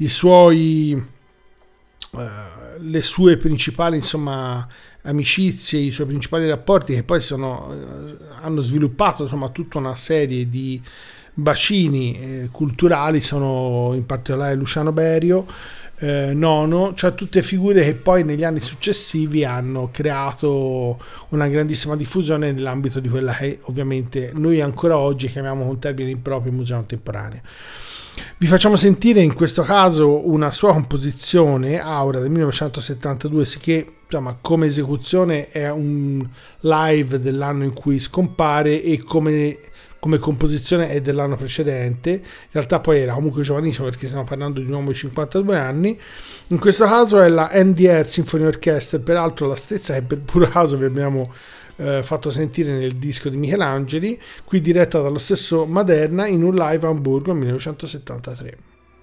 C: Le sue principali amicizie, i suoi principali rapporti, che poi hanno sviluppato tutta una serie di bacini culturali, sono in particolare Luciano Berio, Nono, cioè tutte figure che poi negli anni successivi hanno creato una grandissima diffusione nell'ambito di quella che ovviamente noi ancora oggi chiamiamo con termini impropri musica contemporanea. Vi facciamo sentire in questo caso una sua composizione, Aura, del 1972, che come esecuzione è un live dell'anno in cui scompare, e come composizione è dell'anno precedente. In realtà poi era comunque giovanissimo, perché stiamo parlando di un uomo di 52 anni. In questo caso è la NDR Symphony Orchestra, peraltro la stessa che per puro caso vi abbiamo fatto sentire nel disco di Michelangeli, qui diretta dallo stesso Maderna in un live a Amburgo nel 1973.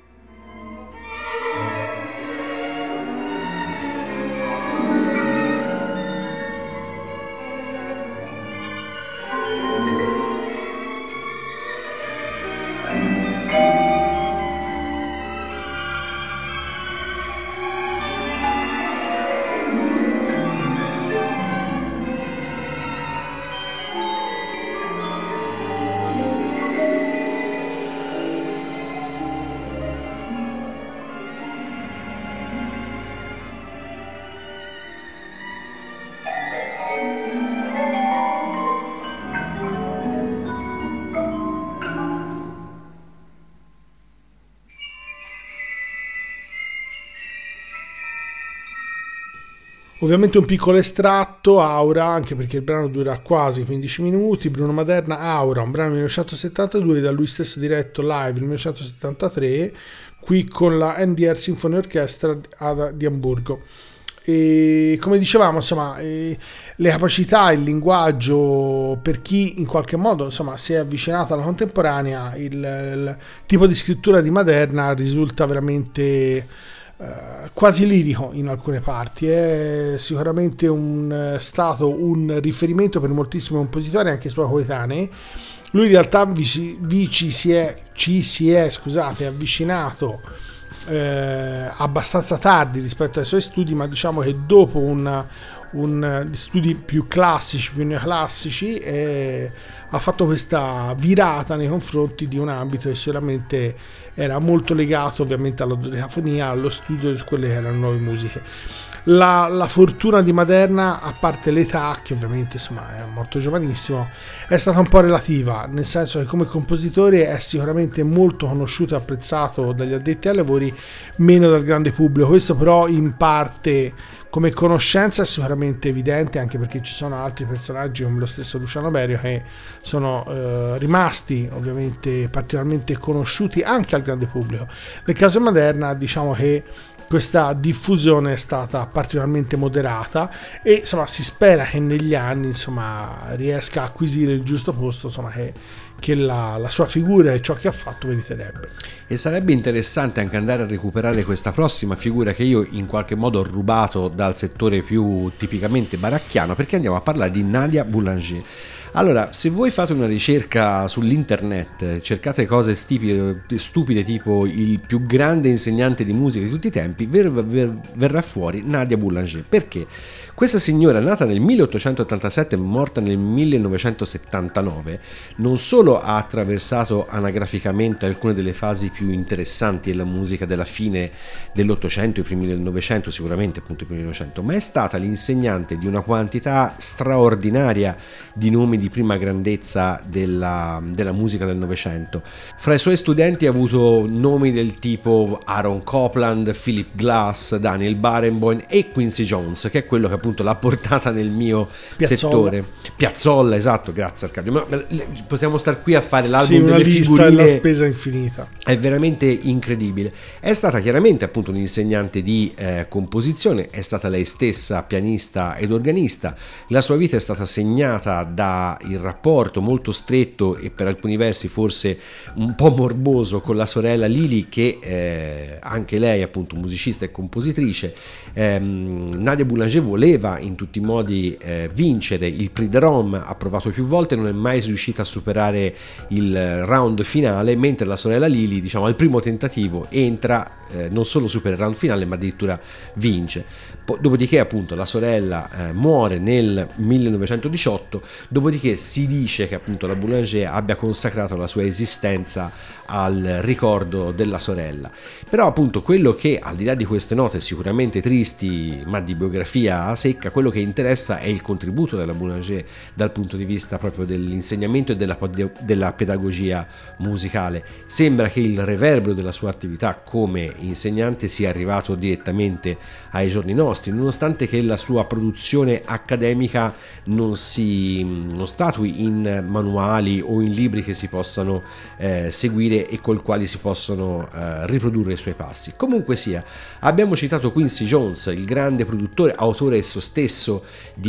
C: Ovviamente un piccolo estratto, Aura, anche perché il brano dura quasi 15 minuti. Bruno Maderna, Aura, un brano 1972 da lui stesso diretto live nel 1973, qui con la NDR Symphony Orchestra di Amburgo. E come dicevamo, le capacità, il linguaggio, per chi in qualche modo si è avvicinato alla contemporanea, il tipo di scrittura di Maderna risulta veramente quasi lirico in alcune parti. È sicuramente stato un riferimento per moltissimi compositori, anche suoi coetanei. Lui in realtà ci si è avvicinato abbastanza tardi rispetto ai suoi studi, ma diciamo che dopo studi più classici, più neoclassici, ha fatto questa virata nei confronti di un ambito che sicuramente era molto legato ovviamente alla dodecafonia, allo studio di quelle che erano nuove musiche. La fortuna di Maderna, a parte l'età, che ovviamente è morto giovanissimo, è stata un po' relativa, nel senso che come compositore è sicuramente molto conosciuto e apprezzato dagli addetti ai lavori, meno dal grande pubblico. Questo però in parte come conoscenza è sicuramente evidente, anche perché ci sono altri personaggi come lo stesso Luciano Berio che sono rimasti ovviamente particolarmente conosciuti anche al grande pubblico. Nel caso di Maderna diciamo che questa diffusione è stata particolarmente moderata, e si spera che negli anni riesca a acquisire il giusto posto che la sua figura e ciò che ha fatto meriterebbe.
B: E sarebbe interessante anche andare a recuperare questa prossima figura che io in qualche modo ho rubato dal settore più tipicamente baracchiano, perché andiamo a parlare di Nadia Boulanger. Allora, se voi fate una ricerca sull'internet, cercate cose stupide tipo il più grande insegnante di musica di tutti i tempi, verrà fuori Nadia Boulanger. Perché? Questa signora, nata nel 1887 e morta nel 1979, non solo ha attraversato anagraficamente alcune delle fasi più interessanti della musica della fine dell'Ottocento, i primi del Novecento, sicuramente appunto i primi del Novecento, ma è stata l'insegnante di una quantità straordinaria di nomi di prima grandezza della musica del Novecento. Fra i suoi studenti ha avuto nomi del tipo Aaron Copland, Philip Glass, Daniel Barenboim e Quincy Jones, che è quello che appunto l'ha portata nel mio settore. Piazzolla, esatto, grazie Arcadio. Ma possiamo star qui a fare l'album delle figurine,
C: la spesa infinita.
B: È veramente incredibile. È stata chiaramente appunto un'insegnante di composizione, è stata lei stessa pianista ed organista. La sua vita è stata segnata da il rapporto molto stretto e per alcuni versi forse un po' morboso con la sorella Lili, che anche lei appunto musicista e compositrice. Nadia Boulanger voleva in tutti i modi vincere il Prix de Rome, ha provato più volte, non è mai riuscita a superare il round finale, mentre la sorella Lili, diciamo, al primo tentativo entra, non solo supera il round finale ma addirittura vince. Dopodiché appunto la sorella muore nel 1918, dopodiché si dice che appunto la Boulanger abbia consacrato la sua esistenza al ricordo della sorella. Però appunto quello che, al di là di queste note sicuramente tristi ma di biografia secca, quello che interessa è il contributo della Boulanger dal punto di vista proprio dell'insegnamento e della pedagogia musicale. Sembra che il reverbero della sua attività come insegnante sia arrivato direttamente ai giorni nostri, nonostante che la sua produzione accademica non statui in manuali o in libri che si possano seguire e col quali si possono riprodurre i suoi passi. Comunque sia, abbiamo citato Quincy Jones, il grande produttore, autore esso stesso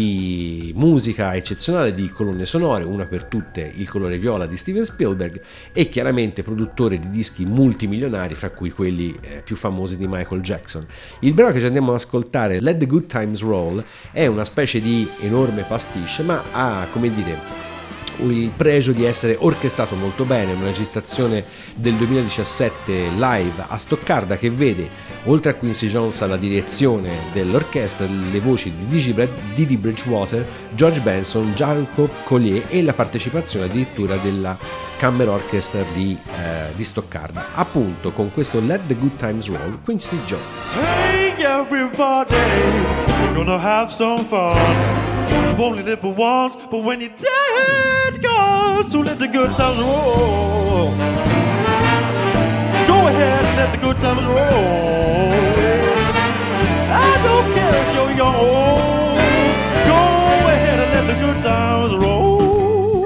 B: di musica eccezionale, di colonne sonore, una per tutte Il colore viola di Steven Spielberg, e chiaramente produttore di dischi multimilionari, fra cui quelli più famosi di Michael Jackson. Il brano che ci andiamo ad ascoltare, Let the Good Times Roll, è una specie di enorme pastiche, ma ha, come dire, il pregio di essere orchestrato molto bene, una registrazione del 2017 live a Stoccarda, che vede, oltre a Quincy Jones alla direzione dell'orchestra, le voci di Didi Bridgewater, George Benson, Jacob Collier e la partecipazione addirittura della Camera Orchestra di Stoccarda. Appunto con questo Let the Good Times Roll, Quincy Jones.
H: Hey everybody, we're gonna have some fun. You only live for once, but when you're dead, God, so let the good times roll. Go ahead and let the good times roll. I don't care if you're young or old. Go ahead and let the good times roll.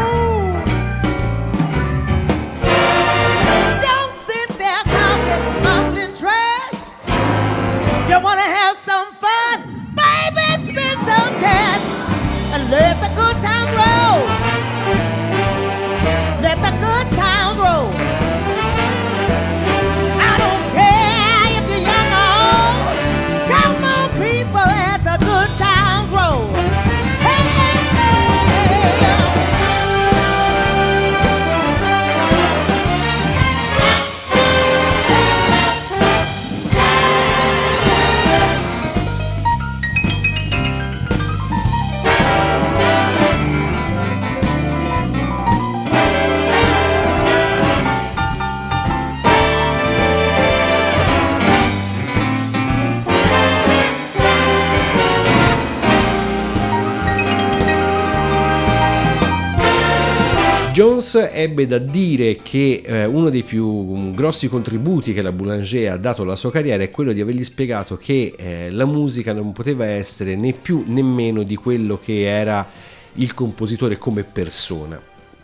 I: Don't sit there talking mumbling trash. You wanna have some fun? Baby, spend some cash and let the good times roll. Let the good times roll. I don't care if you're young or old. Come on, people, let the good times roll. Hey, hey, hey.
B: Jones ebbe da dire che uno dei più grossi contributi che la Boulanger ha dato alla sua carriera è quello di avergli spiegato che la musica non poteva essere né più né meno di quello che era il compositore come persona.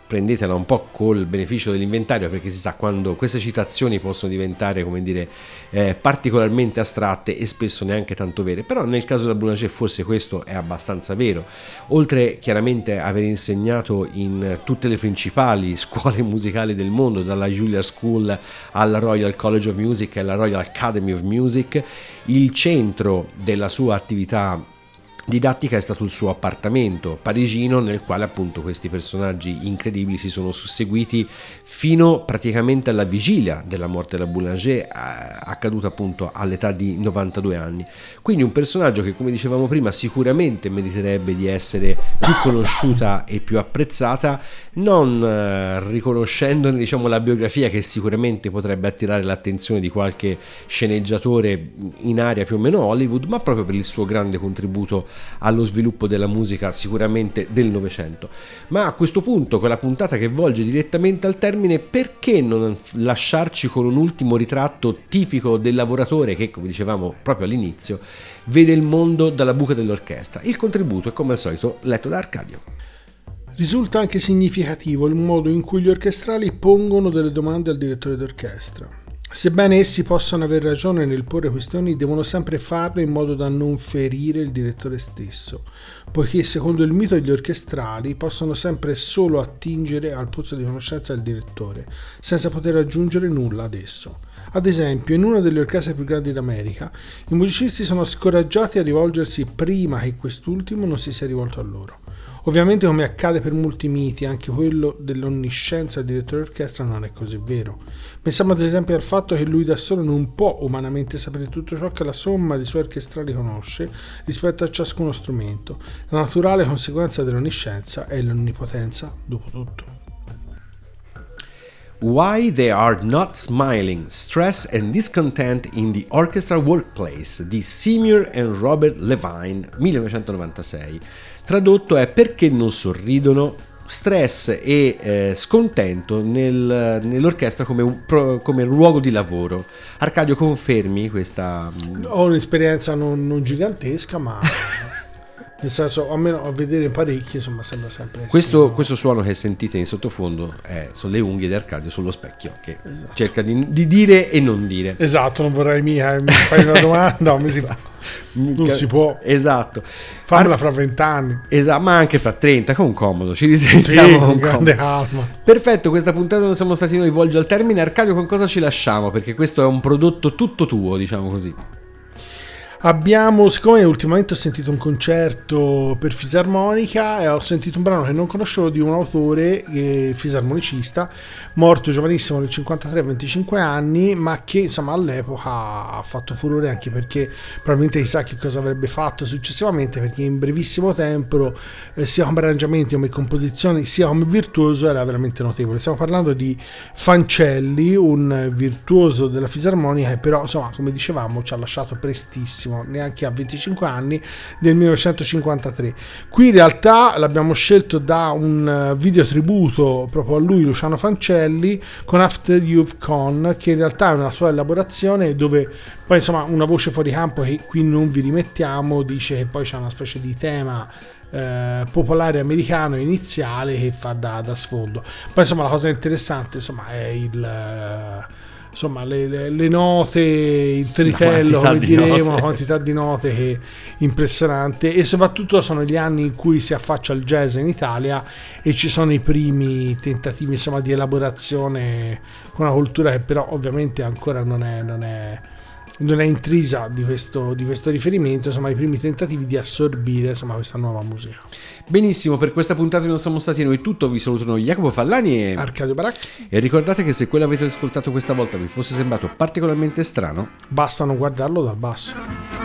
B: prendetela un po' col beneficio dell'inventario, perché si sa quando queste citazioni possono diventare, come dire, particolarmente astratte e spesso neanche tanto vere. Però nel caso della Boulanger forse questo è abbastanza vero. Oltre chiaramente a aver insegnato in tutte le principali scuole musicali del mondo, dalla Juilliard School alla Royal College of Music e alla Royal Academy of Music, il centro della sua attività didattica è stato il suo appartamento parigino, nel quale appunto questi personaggi incredibili si sono susseguiti fino praticamente alla vigilia della morte della Boulanger, accaduta appunto all'età di 92 anni. Quindi un personaggio che, come dicevamo prima, sicuramente meriterebbe di essere più conosciuta e più apprezzata, non riconoscendone, diciamo, la biografia, che sicuramente potrebbe attirare l'attenzione di qualche sceneggiatore in area più o meno Hollywood, ma proprio per il suo grande contributo allo sviluppo della musica, sicuramente del Novecento. Ma a questo punto, con la puntata che volge direttamente al termine, perché non lasciarci con un ultimo ritratto tipico del lavoratore che, come dicevamo proprio all'inizio, vede il mondo dalla buca dell'orchestra? Il contributo è, come al solito, letto da Arcadio.
C: Risulta anche significativo il modo in cui gli orchestrali pongono delle domande al direttore d'orchestra. Sebbene essi possano aver ragione nel porre questioni, devono sempre farlo in modo da non ferire il direttore stesso, poiché secondo il mito degli orchestrali possono sempre solo attingere al pozzo di conoscenza del direttore, senza poter aggiungere nulla ad esso. Ad esempio, in una delle orchestre più grandi d'America, i musicisti sono scoraggiati a rivolgersi prima che quest'ultimo non si sia rivolto a loro. Ovviamente, come accade per molti miti, anche quello dell'onniscienza del direttore d'orchestra non è così vero. Pensiamo ad esempio al fatto che lui da solo non può umanamente sapere tutto ciò che la somma dei suoi orchestrali conosce rispetto a ciascuno strumento. La naturale conseguenza dell'onniscienza è l'onnipotenza, dopo tutto.
B: Why They Are Not Smiling, Stress and Discontent in the Orchestral Workplace di Seymour and Robert Levine, 1996. Tradotto è perché non sorridono, stress e scontento nell'orchestra come luogo di lavoro. Arcadio, confermi questa?
C: Ho un'esperienza non gigantesca, ma nel senso, almeno a vedere parecchi, insomma, sembra sempre
B: questo suono che sentite in sottofondo sono le unghie di Arcadio sullo specchio, che cerca di dire e non dire.
C: Esatto, non vorrei mi fai una domanda, non si può.
B: Esatto.
C: Fammela fra 20 anni.
B: Esatto, ma anche fra 30, con comodo. Ci risentiamo con
C: grande calma.
B: Perfetto, questa puntata non siamo stati noi volge al termine. Arcadio, con cosa ci lasciamo? Perché questo è un prodotto tutto tuo, diciamo così.
C: Siccome ultimamente ho sentito un concerto per fisarmonica e ho sentito un brano che non conoscevo di un autore fisarmonicista morto giovanissimo nel 53 a 25 anni, ma che insomma all'epoca ha fatto furore anche perché probabilmente chissà che cosa avrebbe fatto successivamente, perché in brevissimo tempo sia come arrangiamenti come composizioni sia come virtuoso era veramente notevole. Stiamo parlando di Fancelli, un virtuoso della fisarmonica che però insomma, come dicevamo, ci ha lasciato prestissimo, neanche a 25 anni, nel 1953. Qui in realtà l'abbiamo scelto da un video tributo proprio a lui, Luciano Fancelli, con After You've Gone, che in realtà è una sua elaborazione dove poi insomma una voce fuori campo che qui non vi rimettiamo dice che poi c'è una specie di tema popolare americano iniziale che fa da sfondo. Poi insomma la cosa interessante insomma è le note, il tritello, come diremo, la quantità di note che è impressionante, e soprattutto sono gli anni in cui si affaccia il jazz in Italia e ci sono i primi tentativi insomma di elaborazione con una cultura che però ovviamente ancora non è intrisa di questo riferimento, insomma i primi tentativi di assorbire insomma questa nuova musica.
B: Benissimo, per questa puntata non siamo stati noi tutto, vi salutano Jacopo Fallani e
C: Arcadio Baracchi,
B: e ricordate che se quello avete ascoltato questa volta vi fosse sembrato particolarmente strano,
C: basta non guardarlo dal basso.